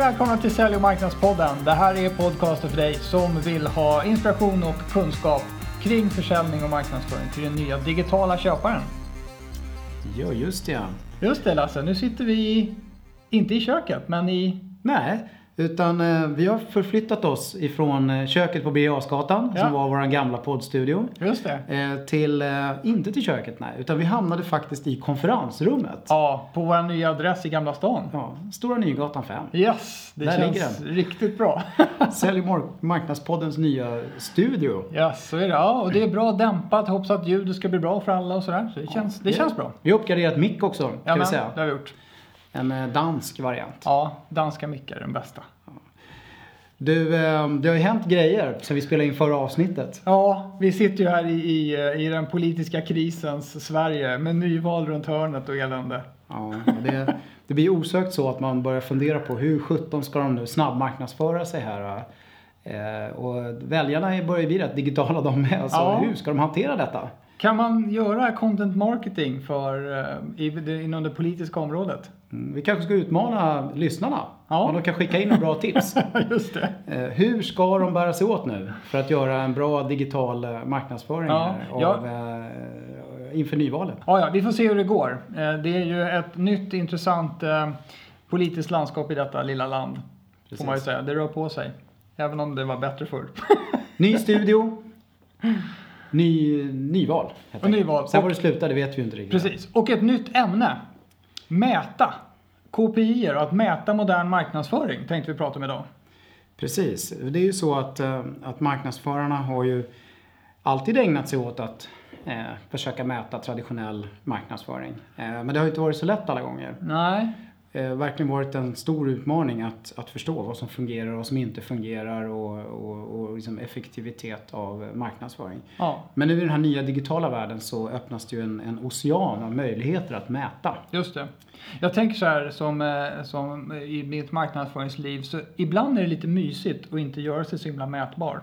välkomna till Sälj- och marknadspodden. Det här är podcasten för dig som vill ha inspiration och kunskap kring försäljning och marknadsföring till den nya digitala köparen. Ja, just det. Just det Lasse, nu sitter vi inte i köket men i... Nej, utan vi har förflyttat oss ifrån köket på Birger Jarlsgatan som var vår gamla poddstudio. Just det. Till, inte till köket, nej, utan vi hamnade faktiskt i konferensrummet. Ja, på vår nya adress i Gamla stan. Ja, Stora Nygatan 5. Yes, det där känns riktigt bra. Sälj- och marknadspoddens nya studio. Ja, så är det. Ja, och det är bra dämpat. Hoppas att ljudet ska bli bra för alla och sådär. Så det känns bra. Vi har uppgraderat mick också, kan vi säga. Det har vi gjort. En dansk variant. Ja, danska mickar är den bästa. Du, det har ju hänt grejer sen vi spelade in förra avsnittet. Ja, vi sitter ju här i den politiska krisens Sverige med nyval runt hörnet och elände. Ja, det blir osökt så att man börjar fundera på hur 17 ska de nu snabbmarknadsföra sig här. Och väljarna börjar bli rätt digitala de med. Så hur ska de hantera detta? Kan man göra content marketing inom det politiska området? Vi kanske ska utmana lyssnarna. Ja. Och de kan skicka in några bra tips. Just det. Hur ska de bära sig åt nu för att göra en bra digital marknadsföring inför nyvalet? Ja, vi får se hur det går. Det är ju ett nytt intressant politiskt landskap i detta lilla land. Precis. Får man ju säga. Det rör på sig. Även om det var bättre förr. Ny studio. Nyval. Och nyval. Sen var det slutar, det vet vi ju inte riktigt. Precis. Och ett nytt ämne. Mäta. KPI:er och att mäta modern marknadsföring tänkte vi prata om idag. Precis. Det är ju så att marknadsförarna har ju alltid ägnat sig åt att försöka mäta traditionell marknadsföring. Men det har ju inte varit så lätt alla gånger. Nej. Verkligen varit en stor utmaning att förstå vad som fungerar och vad som inte fungerar och liksom effektivitet av marknadsföring. Ja. Men nu i den här nya digitala världen så öppnas det ju en ocean av möjligheter att mäta. Just det. Jag tänker så här som i mitt marknadsföringsliv, så ibland är det lite mysigt att inte göra sig så himla mätbar.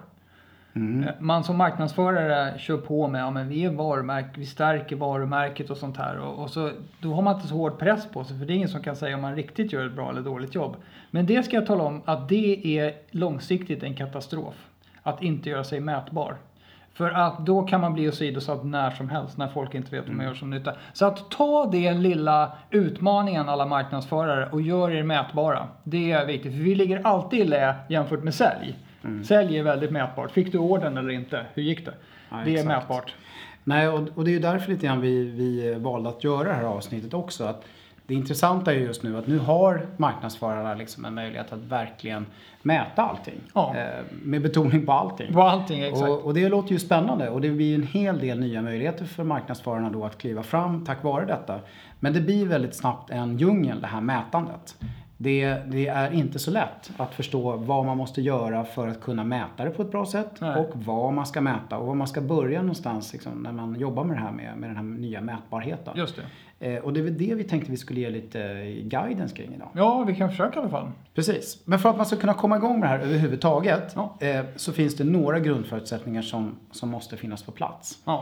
Man som marknadsförare kör på med men vi är varumärke, vi stärker varumärket och sånt här och så, då har man inte så hård press på sig, för det är ingen som kan säga om man riktigt gör ett bra eller dåligt jobb. Men det ska jag tala om att det är långsiktigt en katastrof att inte göra sig mätbar. För att då kan man bli åsidosatt när som helst när folk inte vet vad man gör som nytta. Så att ta den lilla utmaningen alla marknadsförare och gör er mätbara. Det är viktigt, för vi ligger alltid i lä jämfört med sälj. Sälj är väldigt mätbart. Fick du orden eller inte? Hur gick det? Ja, det är mätbart. Nej, och det är ju därför lite grann vi valde att göra det här avsnittet också. Att det intressanta är just nu att nu har marknadsförarna liksom en möjlighet att verkligen mäta allting. Ja. Med betoning på allting. På allting, exakt. Och det låter ju spännande. Och det blir en hel del nya möjligheter för marknadsförarna då att kliva fram tack vare detta. Men det blir väldigt snabbt en djungel, det här mätandet. Det är inte så lätt att förstå vad man måste göra för att kunna mäta det på ett bra sätt. Nej. Och vad man ska mäta och var man ska börja någonstans liksom, när man jobbar med det här med den här nya mätbarheten. Just det. Och det är väl det vi tänkte vi skulle ge lite guidance kring idag. Ja, vi kan försöka i alla fall. Precis. Men för att man ska kunna komma igång med det här överhuvudtaget så finns det några grundförutsättningar som måste finnas på plats. Ja.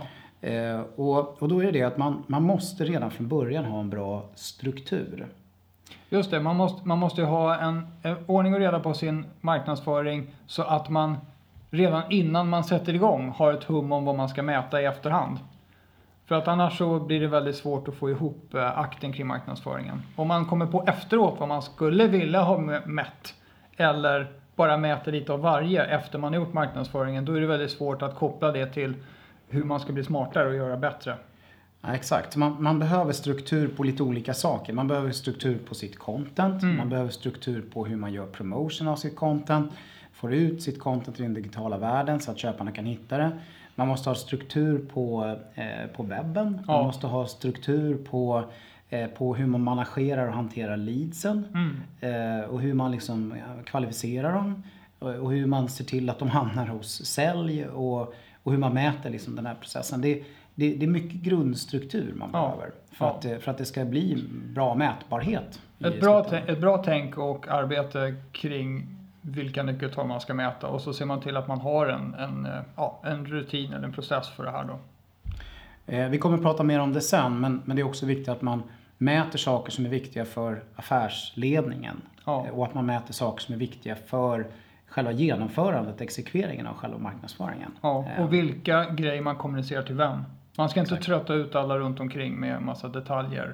Och då är det att man måste redan från början ha en bra struktur. Just det, man måste ha en ordning och reda på sin marknadsföring så att man redan innan man sätter igång har ett hum om vad man ska mäta i efterhand. För att annars så blir det väldigt svårt att få ihop akten kring marknadsföringen. Om man kommer på efteråt vad man skulle vilja ha mätt eller bara mäta lite av varje efter man har gjort marknadsföringen, då är det väldigt svårt att koppla det till hur man ska bli smartare och göra bättre. Ja, exakt. Man behöver struktur på lite olika saker. Man behöver struktur på sitt content. Man behöver struktur på hur man gör promotion av sitt content. Får ut sitt content i den digitala världen så att köparna kan hitta det. Man måste ha struktur på webben. Man måste ha struktur på hur man managerar och hanterar leadsen. Och hur man liksom kvalificerar dem. Och hur man ser till att de hamnar hos sälj. Och hur man mäter liksom den här processen. Det är mycket grundstruktur man behöver för att det ska bli bra mätbarhet. Ett bra tänk och arbete kring vilka nyckeltal man ska mäta. Och så ser man till att man har en rutin eller en process för det här då. Vi kommer att prata mer om det sen, men det är också viktigt att man mäter saker som är viktiga för affärsledningen. Och att man mäter saker som är viktiga för själva genomförandet, exekveringen av själva marknadsföringen. Ja, och vilka grejer man kommunicerar till vem. Man ska inte trötta ut alla runt omkring med massa detaljer.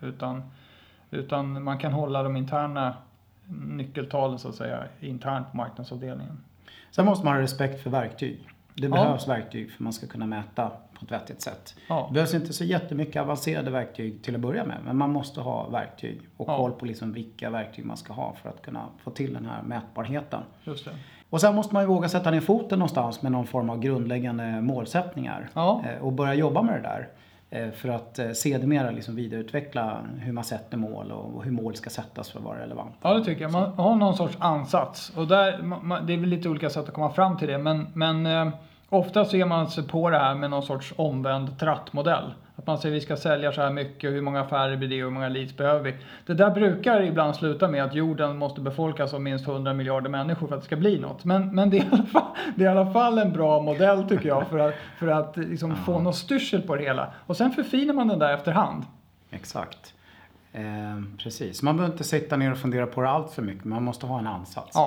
Utan man kan hålla de interna nyckeltalen så att säga internt på marknadsavdelningen. Sen måste man ha respekt för verktyg. Det behövs verktyg för att man ska kunna mäta på ett vettigt sätt. Det behövs inte så jättemycket avancerade verktyg till att börja med. Men man måste ha verktyg och koll på liksom vilka verktyg man ska ha för att kunna få till den här mätbarheten. Just det. Och sen måste man ju våga sätta ner foten någonstans med någon form av grundläggande målsättningar. Och börja jobba med det där. För att sedermera liksom vidareutveckla hur man sätter mål och hur mål ska sättas för att vara relevant. Ja, det tycker jag. Man har någon sorts ansats. Och där, det är väl lite olika sätt att komma fram till det. Men ofta ser man sig på det här med någon sorts omvänd trattmodell. Att man säger vi ska sälja så här mycket, hur många affärer blir det och hur många leads behöver vi. Det där brukar ibland sluta med att jorden måste befolkas av minst 100 miljarder människor för att det ska bli något. Men det är i alla fall en bra modell tycker jag för att liksom få något styrsel på det hela. Och sen förfinar man den där efterhand. Exakt. Precis. Man behöver inte sitta ner och fundera på det allt för mycket. Man måste ha en ansats.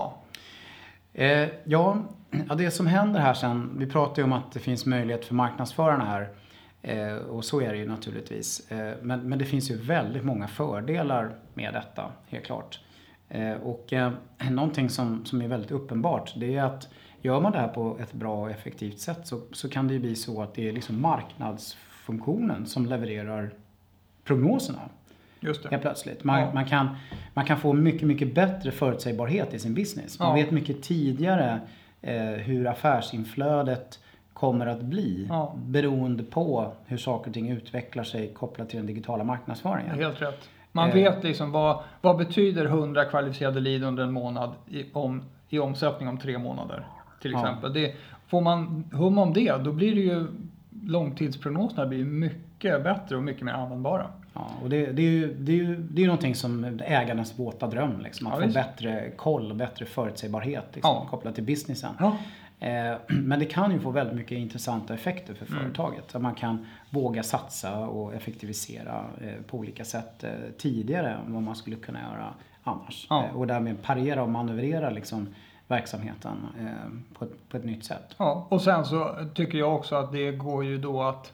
Ja, det som händer här sen. Vi pratar ju om att det finns möjlighet för marknadsförarna här. Och så är det ju naturligtvis. Men det finns ju väldigt många fördelar med detta, helt klart. Och någonting som är väldigt uppenbart, det är att gör man det här på ett bra och effektivt sätt så kan det ju bli så att det är liksom marknadsfunktionen som levererar prognoserna. Just det. Helt plötsligt. Man kan få mycket, mycket bättre förutsägbarhet i sin business. Man vet mycket tidigare hur affärsinflödet kommer att bli beroende på hur saker och ting utvecklar sig kopplat till den digitala marknadsföringen. Helt rätt. Man vet liksom vad betyder 100 kvalificerade lead under en månad i omsättning om 3 månader till exempel. Får man hum om det, då blir det ju långtidsprognoserna blir mycket bättre och mycket mer användbara. Ja, och det är ju någonting som ägarnas våta dröm liksom, att få bättre koll och bättre förutsägbarhet liksom, kopplat till businessen. Men det kan ju få väldigt mycket intressanta effekter för företaget. Att man kan våga satsa och effektivisera på olika sätt tidigare än vad man skulle kunna göra annars. Och därmed parera och manövrera liksom verksamheten på ett nytt sätt. Ja, och sen så tycker jag också att det går ju då att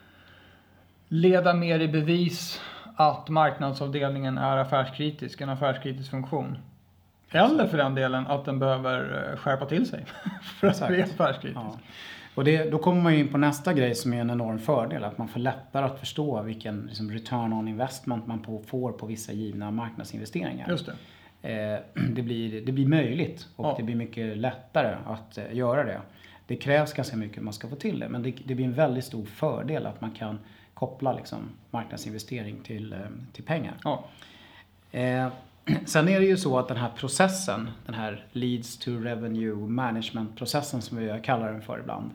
leda mer i bevis att marknadsavdelningen är affärskritisk, en affärskritisk funktion. Eller för den delen att den behöver skärpa till sig för att bli affärskritisk. Ja. Och då kommer man ju in på nästa grej som är en enorm fördel. Att man får lättare att förstå vilken liksom, return on investment man får på vissa givna marknadsinvesteringar. Just det. Det blir möjligt och det blir mycket lättare att göra det. Det krävs ganska mycket man ska få till det. Men det blir en väldigt stor fördel att man kan koppla liksom, marknadsinvestering till pengar. Ja. Sen är det ju så att den här processen, den här leads to revenue management-processen som vi kallar den för ibland.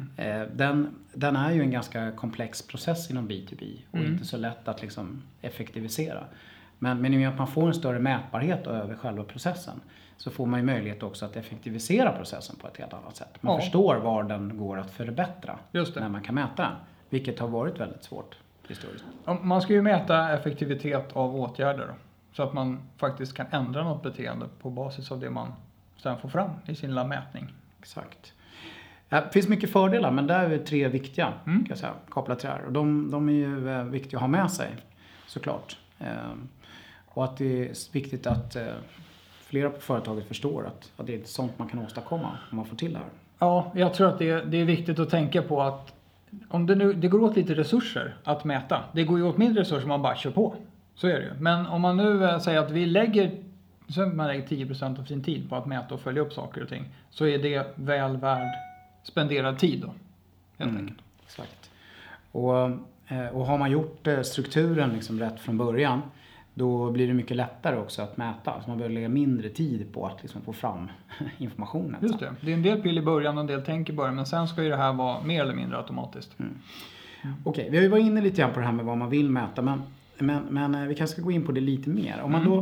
Den är ju en ganska komplex process inom B2B och inte så lätt att liksom effektivisera. Men i och med att man får en större mätbarhet över själva processen så får man ju möjlighet också att effektivisera processen på ett helt annat sätt. Man förstår var den går att förbättra när man kan mäta den, vilket har varit väldigt svårt historiskt. Man ska ju mäta effektivitet av åtgärder. Så att man faktiskt kan ändra något beteende på basis av det man sen får fram i sin lilla mätning. Exakt. Det finns mycket fördelar, men där är 3 viktiga kan jag säga, kopplat till det här. Och de är ju viktiga att ha med sig, såklart. Och att det är viktigt att flera på företaget förstår att det är sånt man kan åstadkomma om man får till det här. Ja, jag tror att det är viktigt att tänka på att om det går åt lite resurser att mäta. Det går ju åt mindre resurser om man bara kör på. Så är det ju. Men om man nu säger att man lägger 10% av sin tid på att mäta och följa upp saker och ting. Så är det väl värd spenderad tid då. Helt enkelt. Exakt. Och har man gjort strukturen liksom rätt från början. Då blir det mycket lättare också att mäta. Så man behöver lägga mindre tid på att liksom få fram informationen. Just det. Det är en del pill i början och en del tänk i början. Men sen ska ju det här vara mer eller mindre automatiskt. Okej, vi har ju varit inne lite grann på det här med vad man vill mäta. Men vi kanske ska gå in på det lite mer. Om man då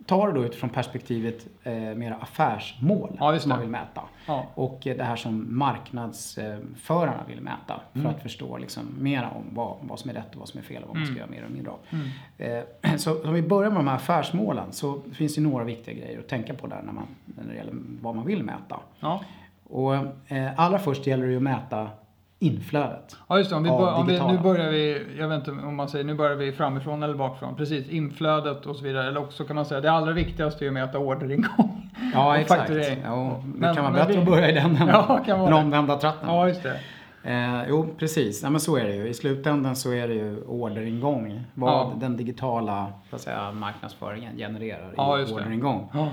tar det då utifrån perspektivet mera affärsmål som man vill mäta. Ja. Och det här som marknadsförarna vill mäta för att förstå liksom mera om vad som är rätt och vad som är fel och vad man ska göra mer och mindre av. Så om vi börjar med de här affärsmålen så finns det några viktiga grejer att tänka på där när det gäller vad man vill mäta. Ja. Och allra först gäller det ju att mäta inflödet. Ja just det, nu börjar vi, jag vet inte om man säger, nu börjar vi framifrån eller bakifrån. Precis, inflödet och så vidare. Eller också kan man säga, det allra viktigaste är att mäta orderingång. Ja exakt. Ja, det kan vara bättre att börja i den än omvända tratten. Ja just det. Jo precis, men så är det ju. I slutändan så är det ju orderingång. Vad den digitala så att säga, marknadsföringen genererar i orderingång. Ja.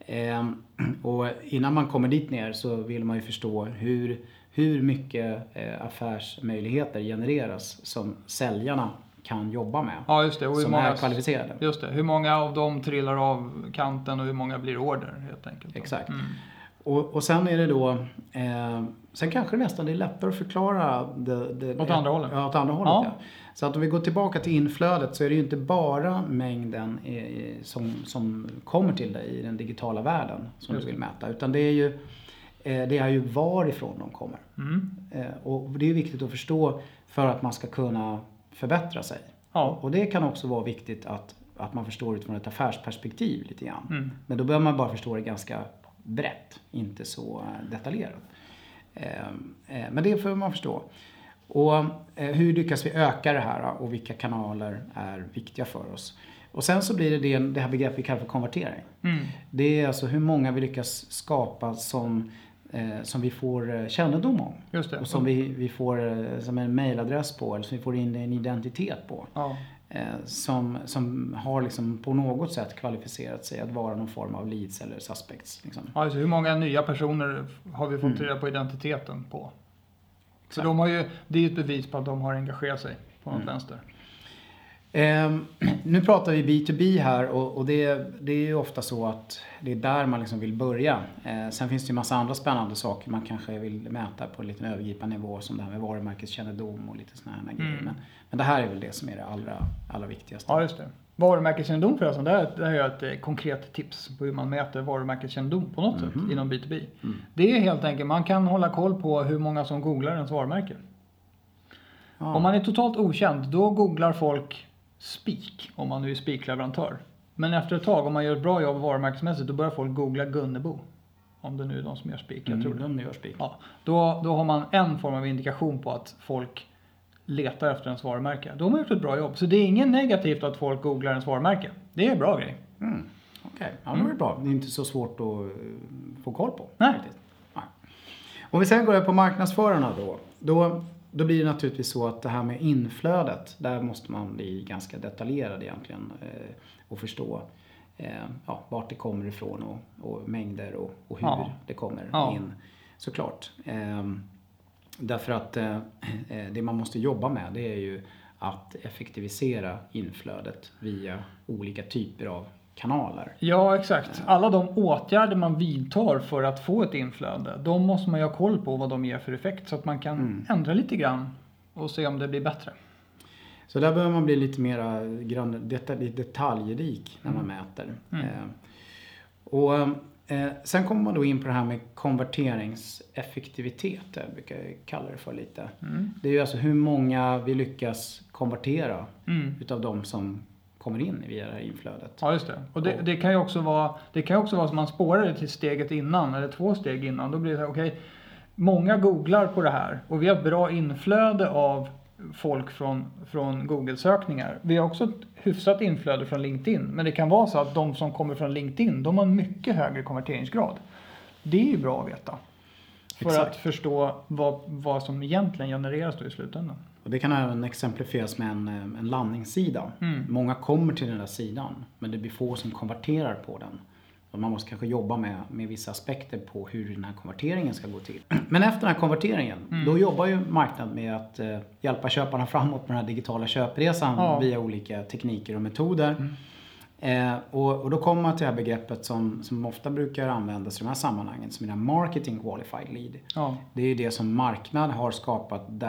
Och innan man kommer dit ner så vill man ju förstå hur mycket affärsmöjligheter genereras som säljarna kan jobba med. Ja, just det. Och som är kvalificerade. Just det. Hur många av dem trillar av kanten och hur många blir order helt enkelt. Exakt. Och sen är det då sen kanske nästan det är lättare att förklara åt andra hållet. Ja, åt andra hållet. Ja. Så att om vi går tillbaka till inflödet så är det ju inte bara mängden som kommer till dig i den digitala världen som du vill mäta, utan det är ju varifrån de kommer. Och det är viktigt att förstå för att man ska kunna förbättra sig. Ja. Och det kan också vara viktigt att man förstår utifrån ett affärsperspektiv lite grann. Men då behöver man bara förstå det ganska brett, inte så detaljerat. Men det får man förstå. Och hur lyckas vi öka det här och vilka kanaler är viktiga för oss? Och sen så blir det här begreppet vi kallar för konvertering. Det är alltså hur många vi lyckas skapa som vi får kännedom om. Just det. Och som vi får som en mailadress på eller som vi får in en identitet på. Ja. Som har liksom på något sätt kvalificerat sig att vara någon form av leads eller suspects. Liksom. Alltså hur många nya personer har vi fått reda på identiteten på? Så det är ju ett bevis på att de har engagerat sig på något vänster. Nu pratar vi B2B här och det är ju ofta så att det är där man liksom vill börja. Sen finns det ju massa andra spännande saker man kanske vill mäta på en liten övergripande nivå som det här med varumärkeskännedom och lite såna här grejer. Men det här är väl det som är det allra viktigaste. Ja, just det. Varumärkeskännedom förresten, det här är ett konkret tips på hur man mäter varumärkeskännedom på något sätt inom B2B. Det är helt enkelt, man kan hålla koll på hur många som googlar ens varumärke. Ja. Om man är totalt okänd, då googlar folk spik, om man nu är spikleverantör. Men efter ett tag, om man gör ett bra jobb varumärkesmässigt, då börjar folk googla Gunnebo. Om det nu är de som gör spik, jag tror det. De gör spik. Ja, då har man en form av indikation på att folk letar efter ens varumärke. Då har man gjort ett bra jobb. Så det är inget negativt att folk googlar ens varumärke. Det är en bra grej. Okej, ja, det är bra. Det är inte så svårt att få koll på. Nej. Nej. Om vi sen går på marknadsförarna då blir det naturligtvis så att det här med inflödet, där måste man bli ganska detaljerad egentligen och förstå vart det kommer ifrån och mängder och hur det kommer in såklart. Därför att det man måste jobba med det är ju att effektivisera inflödet via olika typer av kanaler. Ja, exakt. Alla de åtgärder man vidtar för att få ett inflöde, de måste man ju ha koll på vad de ger för effekt så att man kan ändra lite grann och se om det blir bättre. Så där behöver man bli lite mer detaljrik när man mäter. Sen kommer man då in på det här med konverteringseffektivitet. Jag brukar kalla det för lite. Det är ju alltså hur många vi lyckas konvertera utav de som kommer in via det här inflödet. Ja, just det. Och det kan ju också vara som man spårar det till steget innan eller 2 steg innan. Då blir det så här, okej, många googlar på det här och vi har ett bra inflöde av folk från Google-sökningar. Vi har också ett hyfsat inflöde från LinkedIn. Men det kan vara så att de som kommer från LinkedIn, de har en mycket högre konverteringsgrad. Det är ju bra att veta. För att förstå vad som egentligen genereras då i slutändan. Och det kan även exemplifieras med en landningssida. Många kommer till den där sidan, men det blir få som konverterar på den. Och man måste kanske jobba med vissa aspekter på hur den här konverteringen ska gå till. Men efter den här konverteringen, då jobbar ju marknaden med att hjälpa köparna framåt med den här digitala köpresan via olika tekniker och metoder. Och då kommer man till det här begreppet som ofta brukar användas i de här sammanhangen, som är marketing qualified lead. Det är ju det som marknad har skapat där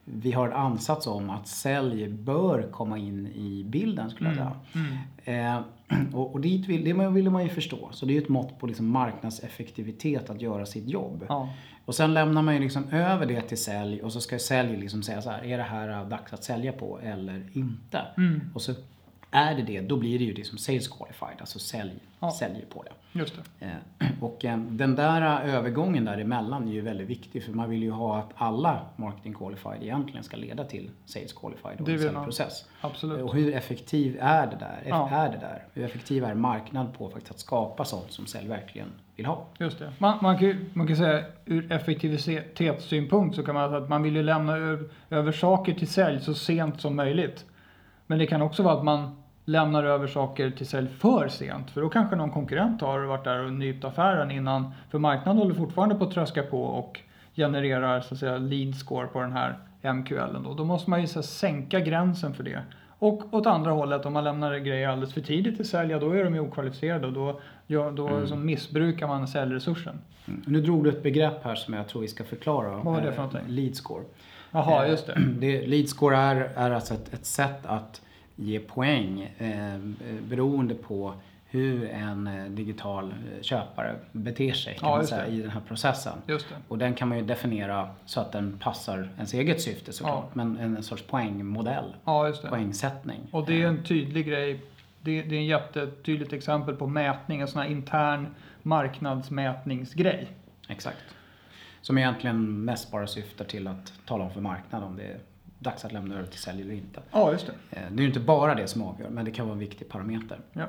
vi har en ansats om att sälj bör komma in i bilden, skulle jag säga. Och det vill man ju förstå. Så det är ju ett mått på liksom marknadseffektivitet att göra sitt jobb. Ja. Och sen lämnar man ju liksom över det till sälj och så ska sälj liksom säga så här, är det här dags att sälja på eller inte? Och så är det, då blir det ju liksom sales qualified, alltså säljer på det. Just det. Och den där övergången däremellan är ju väldigt viktig, för man vill ju ha att alla marketing qualified egentligen ska leda till sales qualified och en säljprocess. Absolut. Och hur effektiv är det där? Hur effektiv är marknad på faktiskt att skapa sånt som sälj verkligen vill ha? Just det. Man kan säga ur effektivitetssynpunkt så kan man säga att man vill ju lämna över saker till sälj så sent som möjligt. Men det kan också vara att man lämnar över saker till sälj för sent. För då kanske någon konkurrent har varit där och nypt affären innan. För marknaden håller fortfarande på att tröska på och genererar så att säga lead score på den här MQLen. Då måste man ju så sänka gränsen för det. Och åt andra hållet, om man lämnar grejer alldeles för tidigt till sälj, då är de ju okvalificerade och då så missbrukar man säljresursen. Nu drog du ett begrepp här som jag tror vi ska förklara. Vad var det för någonting? Lead score. Jaha, just det. Lead score är alltså ett sätt att ge poäng beroende på hur en digital köpare beter sig kan man säga, i den här processen. Just det. Och den kan man ju definiera så att den passar ens eget syfte såklart. Men en sorts poängmodell. Ja, just det. Poängsättning. Och det är en tydlig grej. Det är en jättetydligt exempel på mätning. En sån här intern marknadsmätningsgrej. Exakt. Som egentligen mest bara syftar till att tala om för marknaden om det är dags att lämna över till sälj eller inte. Ja, just det. Det är ju inte bara det som avgör, men det kan vara en viktig parameter. Ja.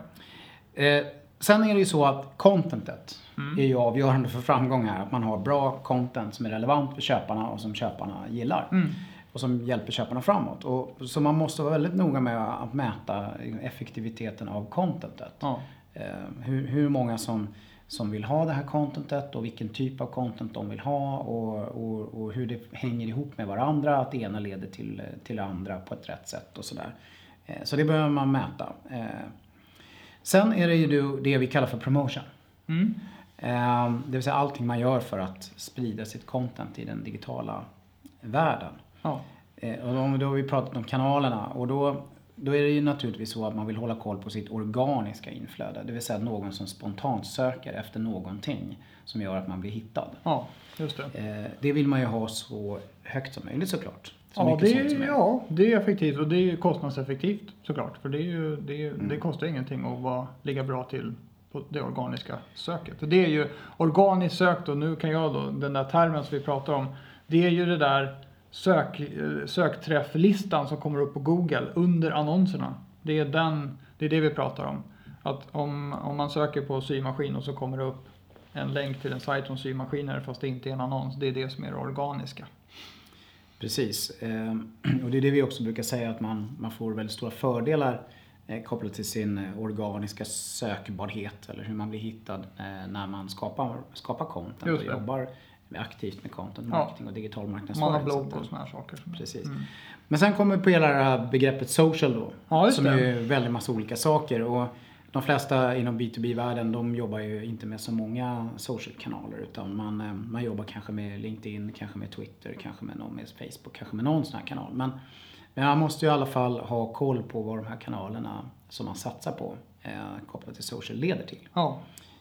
Sen är det ju så att contentet är ju avgörande för framgång här. Att man har bra content som är relevant för köparna och som köparna gillar. Och som hjälper köparna framåt. Så man måste vara väldigt noga med att mäta effektiviteten av contentet. Ja. Hur många som vill ha det här contentet och vilken typ av content de vill ha och hur det hänger ihop med varandra, att det ena leder till det andra på ett rätt sätt och sådär. Så det behöver man mäta. Sen är det ju det vi kallar för promotion. Det vill säga allting man gör för att sprida sitt content i den digitala världen. Ja. Och då har vi pratat om kanalerna och då är det ju naturligtvis så att man vill hålla koll på sitt organiska inflöde. Det vill säga någon som spontant söker efter någonting som gör att man blir hittad. Ja, just det. Det vill man ju ha så högt som möjligt såklart. Det är effektivt och det är kostnadseffektivt såklart. För det kostar ingenting att ligga bra till på det organiska söket. Och det är ju organiskt sökt och nu kan jag då, den där termen som vi pratar om, det är ju det där sökträfflistan som kommer upp på Google under annonserna. Det är det vi pratar om. Att om man söker på symaskin och så kommer det upp en länk till en sajt om symaskiner fast det inte är en annons. Det är det som är det organiska. Precis. Och det är det vi också brukar säga att man får väldigt stora fördelar kopplat till sin organiska sökbarhet eller hur man blir hittad när man skapar content och jobbar aktivt med content marketing och digital marknadsföring. Man har blogg och såna här saker. Precis. Men sen kommer på hela det här begreppet social då. Som är väldigt massa olika saker. Och de flesta inom B2B-världen de jobbar ju inte med så många social-kanaler. Utan man jobbar kanske med LinkedIn, kanske med Twitter, kanske med Facebook, kanske med någon sån här kanal. Men man måste ju i alla fall ha koll på vad de här kanalerna som man satsar på kopplat till social leder till. Ja.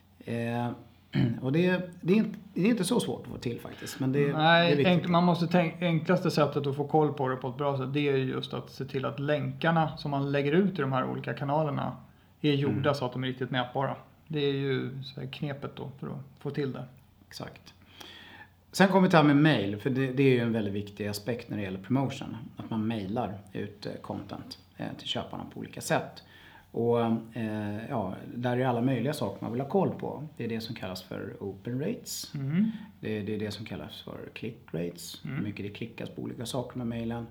Och det är inte så svårt att få till faktiskt. Men det är viktigt. Man måste enklaste sättet att få koll på det på ett bra sätt, det är just att se till att länkarna som man lägger ut i de här olika kanalerna är gjorda så att de är riktigt mätbara. Det är ju så här knepet då för att få till det. Exakt. Sen kommer vi till det här med mail, för det är ju en väldigt viktig aspekt när det gäller promotion. Att man mailar ut content till köparna på olika sätt. Och där är alla möjliga saker man vill ha koll på. Det är det som kallas för open rates. Det är det som kallas för click rates. Hur mycket det klickas på olika saker med mailen.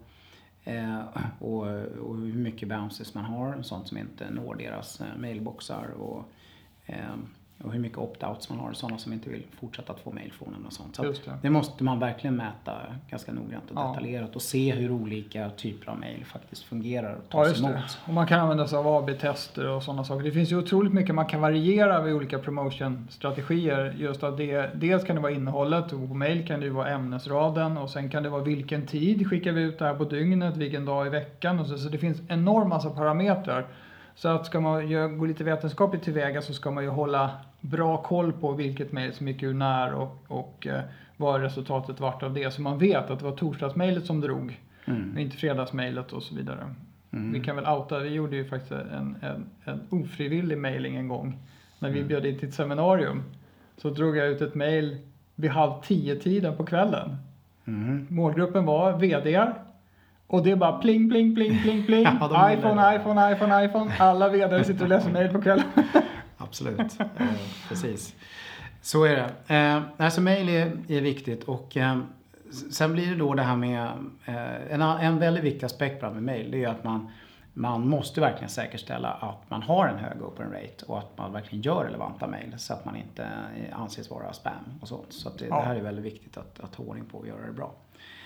Och hur mycket bounces man har. Sånt som inte når deras mailboxar. Och Och hur mycket opt-outs man har, sådana som inte vill fortsätta att få mejl från en och sånt. Så Just det. det måste man verkligen mäta ganska noggrant och detaljerat och se hur olika typer av mejl faktiskt fungerar och tas emot. Och man kan använda sig av AB-tester och sådana saker. Det finns ju otroligt mycket man kan variera vid olika promotion-strategier. Just att dels kan det vara innehållet, och på mejl kan det ju vara ämnesraden och sen kan det vara vilken tid skickar vi ut det här på dygnet, vilken dag i veckan och så det finns enorm massa parametrar. Så att ska man gå lite vetenskapligt tillväga så ska man ju hålla bra koll på vilket mejl som gick ur när och vad resultatet vart av det. Så man vet att det var torsdagsmejlet som drog, inte fredagsmejlet och så vidare. Vi kan väl outa, vi gjorde ju faktiskt en ofrivillig mailing en gång. När vi bjöd in till ett seminarium så drog jag ut ett mejl vid 9:30 på kvällen. Målgruppen var vd:ar. Och det är bara pling, pling, pling, pling, pling. iPhone. Alla vd:ar sitter och läser mejl på kvällen. Absolut, precis. Så är det. Alltså mejl är viktigt och sen blir det då det här med en väldigt viktig aspekt med mejl. Det är att man måste verkligen säkerställa att man har en hög open rate och att man verkligen gör relevanta mejl så att man inte anses vara spam och sånt. Så att det här är väldigt viktigt att ha ordning på och göra det bra.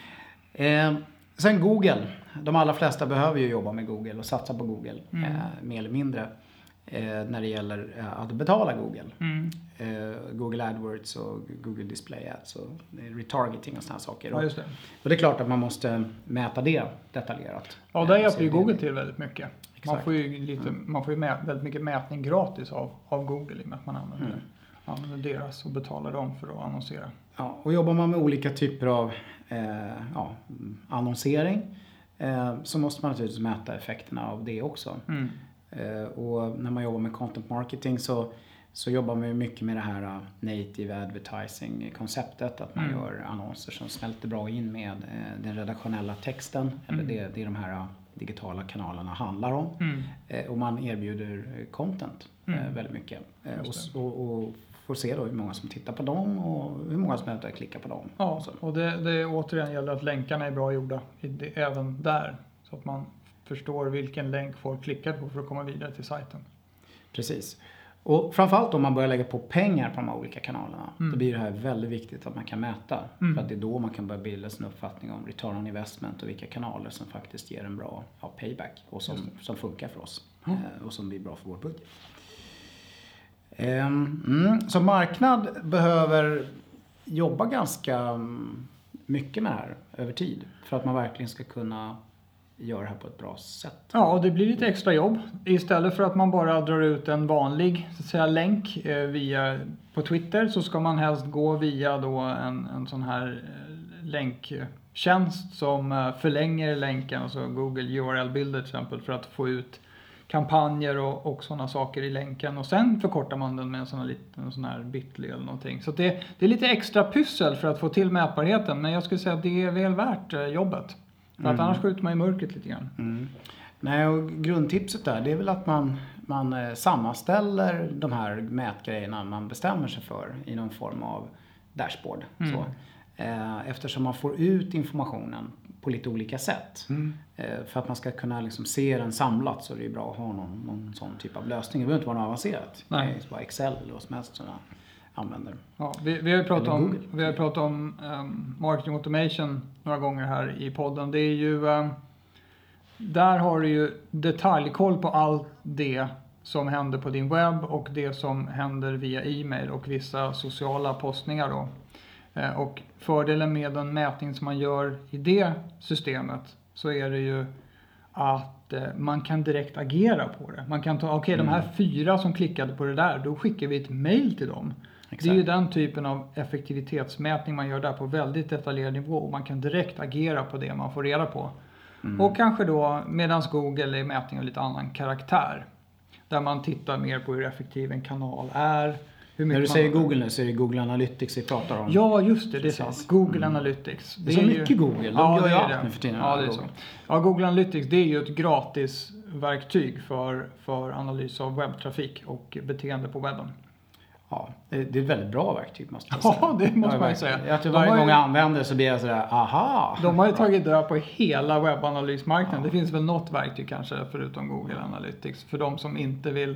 Sen Google. De allra flesta behöver ju jobba med Google och satsa på Google mer eller mindre när det gäller att betala Google. Google AdWords och Google Display Ads och retargeting och sådana saker. Ja, just det. Och det är klart att man måste mäta det detaljerat. Ja, där hjälper ju Google till väldigt mycket. Man får ju väldigt mycket mätning gratis av Google i och med att man använder deras och betalar dem för att annonsera. Ja, och jobbar man med olika typer av annonsering så måste man naturligtvis mäta effekterna av det också. Och när man jobbar med content marketing så jobbar man mycket med det här native advertising-konceptet. Att man gör annonser som smälter bra in med den redaktionella texten. Eller det de här digitala kanalerna handlar om. Och man erbjuder content väldigt mycket. Och får se då hur många som tittar på dem och hur många som eventuellt klickar på dem. Ja, och det återigen gäller att länkarna är bra gjorda även där. Så att man förstår vilken länk folk klickar på för att komma vidare till sajten. Precis. Och framförallt om man börjar lägga på pengar på de här olika kanalerna. Då blir det här väldigt viktigt att man kan mäta. För att det är då man kan börja bilda sin uppfattning om return on investment och vilka kanaler som faktiskt ger en bra payback. Och som funkar för oss. Och som blir bra för vår budget. Så marknad behöver jobba ganska mycket med det här över tid. För att man verkligen ska kunna göra det här på ett bra sätt. Ja, och det blir lite extra jobb. Istället för att man bara drar ut en vanlig så att säga, länk på Twitter så ska man helst gå via då en sån här länktjänst som förlänger länken. Alltså Google URL Builder till exempel för att få ut kampanjer och sådana saker i länken. Och sen förkortar man den med en sån här bitly eller någonting. Så det är lite extra pyssel för att få till mätbarheten. Men jag skulle säga att det är väl värt jobbet. För att annars skjuter man i mörkret lite grann. Nej, och grundtipset där det är väl att man sammanställer de här mätgrejerna man bestämmer sig för i någon form av dashboard. Så. Eftersom man får ut informationen på lite olika sätt. För att man ska kunna liksom se den samlat så är det bra att ha någon sån typ av lösning. Det behöver inte vara något avancerat. Nej. Det är bara Excel eller vad som helst sådana använder. Ja, vi har pratat om marketing automation några gånger här i podden. Det är ju där har du ju detaljkoll på allt det som händer på din webb och det som händer via e-mail och vissa sociala postningar då. Och fördelen med den mätning som man gör i det systemet så är det ju att man kan direkt agera på det. Man kan ta, de här 4 som klickade på det där, då skickar vi ett mail till dem. Exakt. Det är ju den typen av effektivitetsmätning man gör där på väldigt detaljerad nivå och man kan direkt agera på det man får reda på. Och kanske då, medans Google är mätning av lite annan karaktär. Där man tittar mer på hur effektiv en kanal är. När du säger Google nu så är det Google Analytics vi pratar om. Ja, just det. Det är sant. Google Analytics. Det är så mycket Google. De gör ju allt nu för tiden. Ja, det är så. Ja, Google Analytics det är ju ett gratis verktyg för analys av webbtrafik och beteende på webben. Ja, det är ett väldigt bra verktyg måste jag säga. Ja, det måste man ju säga. Jag tror varje gång jag använder så blir jag sådär, aha. De har ju tagit död på hela webbanalysmarknaden. Det finns väl något verktyg kanske förutom Google Analytics. För de som inte vill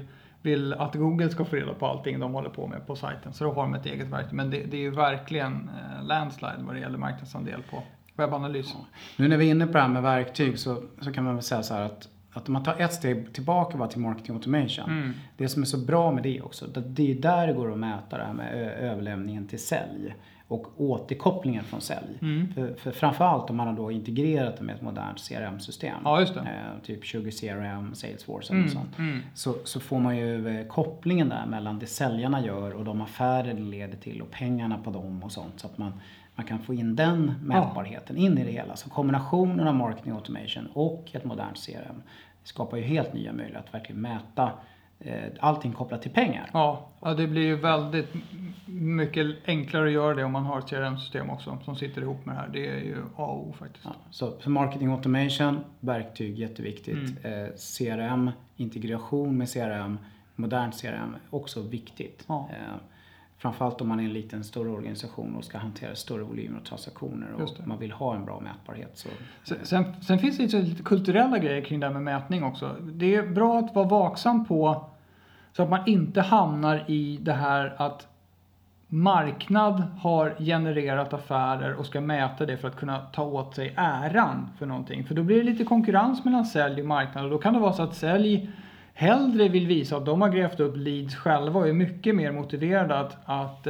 vill att Google ska få reda på allting de håller på med på sajten. Så då har de ett eget verktyg. Men det är ju verkligen landslide vad det gäller marknadsandel på webbanalys. Ja. Nu när vi är inne på det här med verktyg så kan man väl säga så här att om man tar ett steg tillbaka bara till marketing automation. Det som är så bra med det också, det är där det går att mäta det här med överlämningen till sälj och återkopplingen från sälj. För framförallt om man har då integrerat det med ett modernt CRM-system. Ja, just det. Typ 20 CRM, Salesforce eller sånt. Så får man ju kopplingen där mellan det säljarna gör och de affärer det leder till och pengarna på dem och sånt. Så att man kan få in den mätbarheten in i det hela. Så kombinationen av marketing automation och ett modernt CRM skapar ju helt nya möjligheter att verkligen mäta allting kopplat till pengar. Ja, det blir ju väldigt mycket enklare att göra det om man har ett CRM-system också som sitter ihop med det här. Det är ju A och O faktiskt. Ja, så för marketing automation, verktyg jätteviktigt. CRM, integration med CRM, modernt CRM också viktigt. Ja. Framförallt om man är en liten större organisation och ska hantera större volymer och transaktioner och man vill ha en bra mätbarhet. Så. Sen finns det lite kulturella grejer kring det här med mätning också. Det är bra att vara vaksam på så att man inte hamnar i det här att marknad har genererat affärer och ska mäta det för att kunna ta åt sig äran för någonting. För då blir det lite konkurrens mellan sälj och marknad och då kan det vara så att sälj hellre vill visa att de har grävt upp leads själva och är mycket mer motiverade att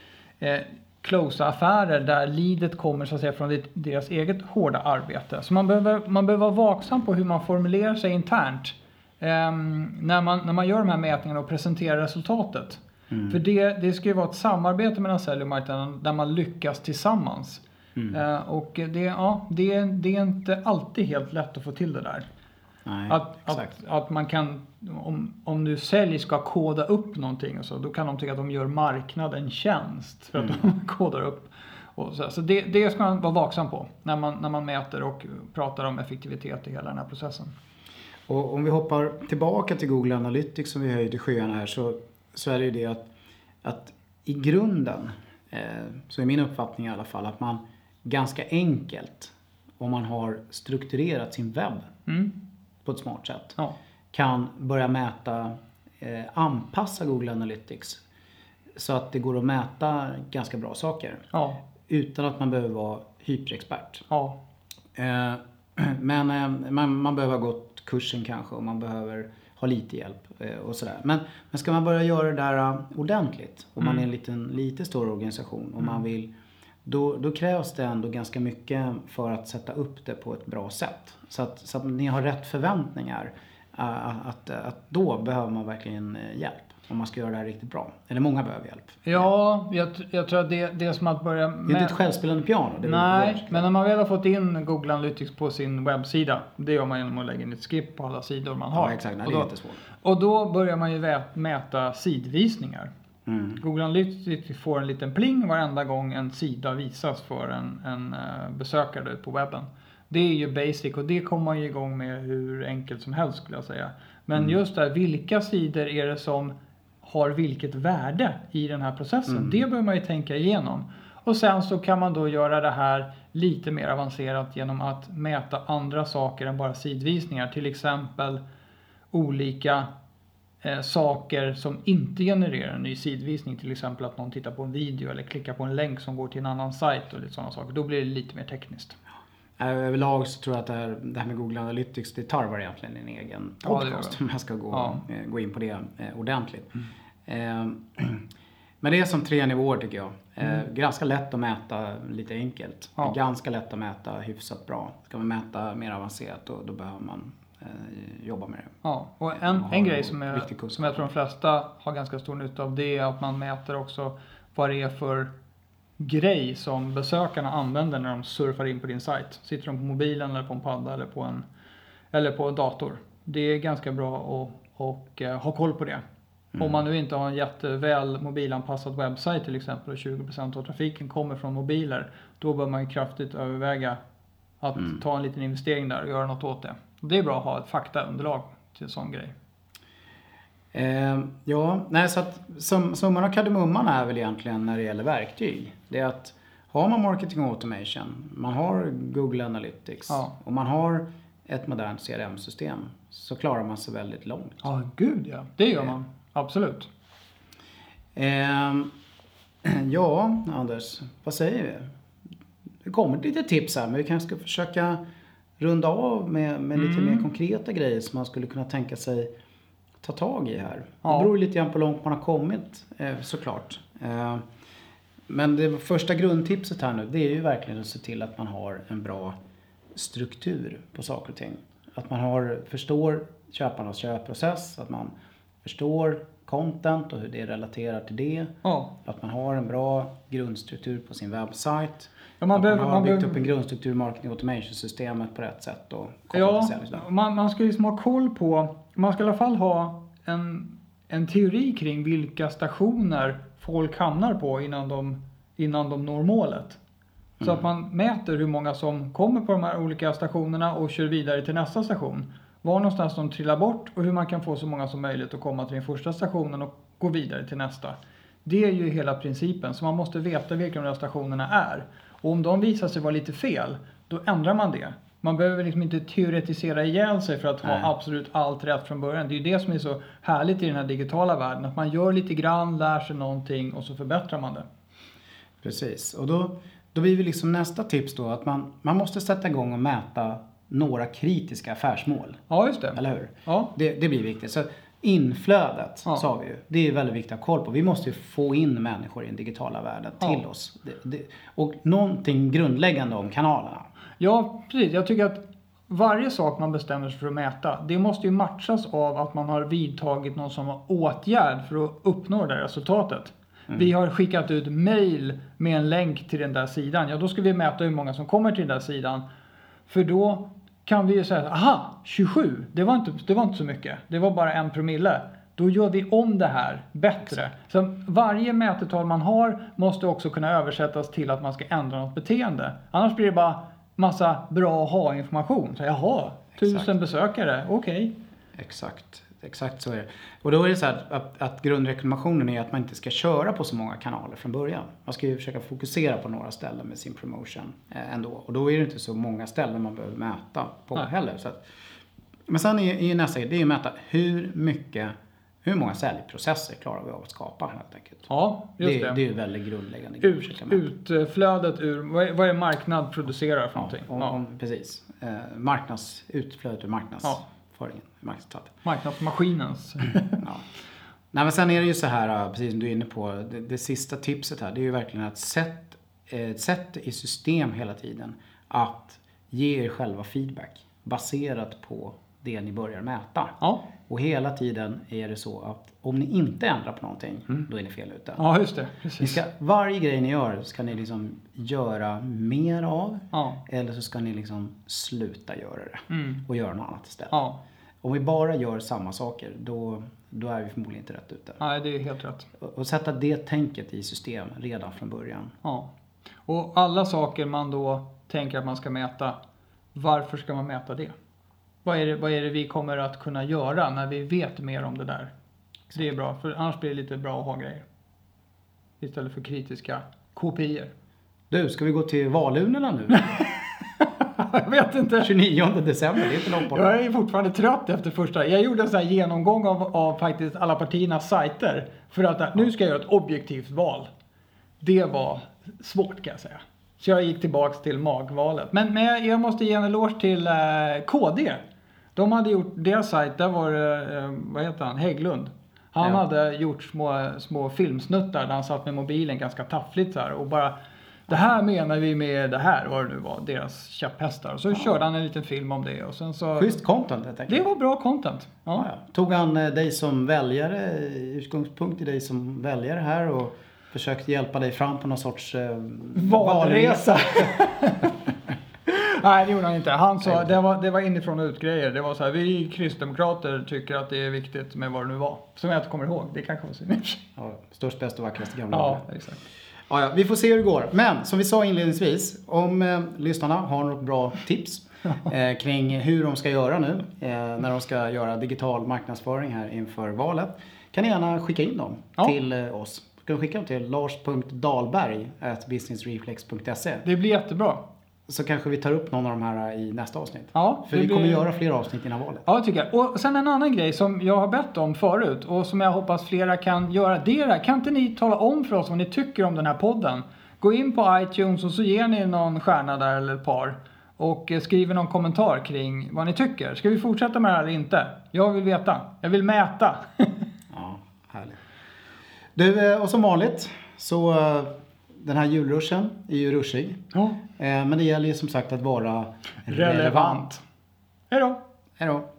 closea affärer där leadet kommer så att säga från deras eget hårda arbete. Så man behöver vara vaksam på hur man formulerar sig internt när man gör de här mätningarna och presenterar resultatet. För det ska ju vara ett samarbete mellan sälj och marknaden där man lyckas tillsammans. Och det är inte alltid helt lätt att få till det där. Nej, att man kan, om nu sälj ska koda upp någonting och så, då kan de tycka att de gör marknaden en tjänst för att de kodar upp. Och så det ska man vara vaksam på när man mäter och pratar om effektivitet i hela den här processen. Och om vi hoppar tillbaka till Google Analytics som vi höjde skyarna här så är det ju det att i grunden så är min uppfattning i alla fall att man ganska enkelt om man har strukturerat sin webb på ett smart sätt kan börja mäta, anpassa Google Analytics så att det går att mäta ganska bra saker utan att man behöver vara hyperexpert. Men man behöver ha gått kursen kanske och man behöver ha lite hjälp och sådär. Men ska man börja göra det där ordentligt och man är en lite större organisation och man vill då krävs det ändå ganska mycket för att sätta upp det på ett bra sätt. Så att ni har rätt förväntningar att då behöver man verkligen hjälp om man ska göra det här riktigt bra. Eller många behöver hjälp. Ja, jag tror att det är som att börja med... Det är inte ett självspelande piano. Nej, men när man väl har fått in Google Analytics på sin webbsida, det gör man genom att lägga in ett skip på alla sidor man har. Ja, exakt. Nej, det är jättesvårt. Och då börjar man ju mäta sidvisningar. Google Analytics får en liten pling varenda gång en sida visas för en besökare på webben. Det är ju basic och det kommer man ju igång med hur enkelt som helst skulle jag säga. Men just där, vilka sidor är det som har vilket värde i den här processen? Det bör man ju tänka igenom. Och sen så kan man då göra det här lite mer avancerat genom att mäta andra saker än bara sidvisningar. Till exempel olika saker som inte genererar en ny sidvisning. Till exempel att någon tittar på en video eller klickar på en länk som går till en annan sajt och lite sådana saker. Då blir det lite mer tekniskt. Överlag så tror jag att det här med Google Analytics det tarvar egentligen en egen podcast om jag ska gå in på det ordentligt. Men det är som 3 nivåer tycker jag. Ganska lätt att mäta lite enkelt. Ganska lätt att mäta hyfsat bra. Ska man mäta mer avancerat då behöver man jobba med det. Ja, och en grej som jag tror de flesta har ganska stor nytta av det är att man mäter också vad det är för grej som besökarna använder när de surfar in på din sajt. Sitter de på mobilen eller på en padda eller på en dator. Det är ganska bra att ha koll på det. Om man nu inte har en jätteväl mobilanpassad webbsajt till exempel och 20% av trafiken kommer från mobiler, då bör man ju kraftigt överväga att ta en liten investering där och göra något åt det. Det är bra att ha ett faktaunderlag till en sån grej. Så att summan av kardemumman är väl egentligen när det gäller verktyg. Det är att har man marketing automation, man har Google Analytics och man har ett modernt CRM-system så klarar man sig väldigt långt. Ja, gud ja. Det gör man. Absolut. Ja, Anders, vad säger vi? Det kommer lite tips här, men vi kanske ska försöka runda av med lite mer konkreta grejer som man skulle kunna tänka sig ta tag i här. Ja. Det beror lite grann på hur långt man har kommit, såklart. Men det första grundtipset här nu, det är ju verkligen att se till att man har en bra struktur på saker och ting. Att man förstår köparnas köpprocess, att man förstår content och hur det relaterar till det. Ja. Att man har en bra grundstruktur på sin webbsajt. Ja, man har byggt upp en grundstruktur i marketing automation-systemet på rätt sätt. Och man ska liksom ha koll på, man ska i alla fall ha en teori kring vilka stationer folk hamnar på innan de når målet. Så att man mäter hur många som kommer på de här olika stationerna och kör vidare till nästa station. Var någonstans de trillar bort och hur man kan få så många som möjligt att komma till den första stationen och gå vidare till nästa. Det är ju hela principen, så man måste veta vilka de här stationerna är. Och om de visar sig vara lite fel, då ändrar man det. Man behöver liksom inte teoretisera ihjäl sig för att ha absolut allt rätt från början. Det är ju det som är så härligt i den här digitala världen. Att man gör lite grann, lär sig någonting och så förbättrar man det. Precis, och då blir vi liksom nästa tips då att man måste sätta igång och mäta några kritiska affärsmål. Ja, just det. Eller hur? Ja. Det blir viktigt. Så inflödet, sa vi ju. Det är väldigt viktigt att ha koll på. Vi måste ju få in människor i den digitala världen till oss. Och någonting grundläggande om kanalerna. Ja, precis. Jag tycker att varje sak man bestämmer sig för att mäta, det måste ju matchas av att man har vidtagit någon som har åtgärd för att uppnå det resultatet. Vi har skickat ut mail med en länk till den där sidan. Ja, då ska vi mäta hur många som kommer till den där sidan. För då kan vi ju säga, aha, 27, det var inte så mycket. Det var bara 1 promille. Då gör vi om det här bättre. Så varje mätetal man har måste också kunna översättas till att man ska ändra något beteende. Annars blir det bara massa bra ha-information. Så jaha, 1000 besökare, okej. Exakt så är det. Och då är det så här att grundrekommendationen är att man inte ska köra på så många kanaler från början. Man ska ju försöka fokusera på några ställen med sin promotion ändå. Och då är det inte så många ställen man behöver mäta på heller. Så men sen är nästa grej, det är att mäta hur många säljprocesser klarar vi av att skapa helt enkelt. Ja, just det. Det är ju väldigt grundläggande. Utflödet ur, vad är marknad producerar för någonting? Precis. Utflödet ur marknadsföringen. Marknadsmaskinens. Nej, men sen är det ju så här, precis som du är inne på, det sista tipset här, det är ju verkligen att sätta i system hela tiden att ge er själva feedback baserat på det ni börjar mäta. Ja. Och hela tiden är det så att om ni inte ändrar på någonting, då är ni fel ute. Ja, just det. Precis. Varje grej ni gör ska ni liksom göra mer av. Ja. Eller så ska ni liksom sluta göra det. Och göra något annat istället. Ja. Om vi bara gör samma saker, då är vi förmodligen inte rätt ute. Nej, det är helt rätt. Och sätta det tänket i system redan från början. Ja. Och alla saker man då tänker att man ska mäta, varför ska man mäta det? Vad är det vi kommer att kunna göra när vi vet mer om det där? Exakt. Det är bra, för annars blir det lite bra att ha grejer. Istället för kritiska kopior. Du, ska vi gå till valurnorna nu? Jag vet inte. 29 december, det är inte långt bort. Jag är fortfarande trött efter första. Jag gjorde en sån här genomgång av faktiskt alla partiernas sajter. För att nu ska jag göra ett objektivt val. Det var svårt, kan jag säga. Så jag gick tillbaks till magvalet. Men jag måste ge en eloge till KD. De hade gjort deras sajt, där var det, vad heter han, Hägglund. Han hade gjort små filmsnuttar där han satt med mobilen ganska taffligt så här. Och bara, det här menar vi med det här, vad det nu var, deras käpphästar. Och så körde han en liten film om det. Och sen så, schysst content, jag tänker. Det var bra content. Ja. Tog han dig som väljare, utgångspunkt i dig som väljare här och försökte hjälpa dig fram på någon sorts valresa? Nej, det gjorde han inte. Han sa, det var inifrån och ut grejer. Det var så här, vi kristdemokrater tycker att det är viktigt med vad det nu var. Som jag inte kommer ihåg, det kanske var så. Ja, störst, bäst och vackraste gamla. Ja, exakt. Ja, vi får se hur det går. Men som vi sa inledningsvis, om lyssnarna har något bra tips kring hur de ska göra nu när de ska göra digital marknadsföring här inför valet, kan ni gärna skicka in dem till oss. Du kan skicka dem till lars.dalberg@businessreflex.se. Det blir jättebra. så kanske vi tar upp någon av de här i nästa avsnitt. Ja, för vi kommer göra fler avsnitt innan valet. Ja, tycker jag. Och sen en annan grej som jag har bett om förut och som jag hoppas flera kan göra. Det är, kan inte ni tala om för oss vad ni tycker om den här podden? Gå in på iTunes och så ger ni någon stjärna där eller ett par. Och skriver någon kommentar kring vad ni tycker. Ska vi fortsätta med det här eller inte? Jag vill veta. Jag vill mäta. Ja, härligt. Du, och som vanligt så den här julruschen är ju ruschig. Ja. Men det gäller ju som sagt att vara Relevant. Hej då. Hej då.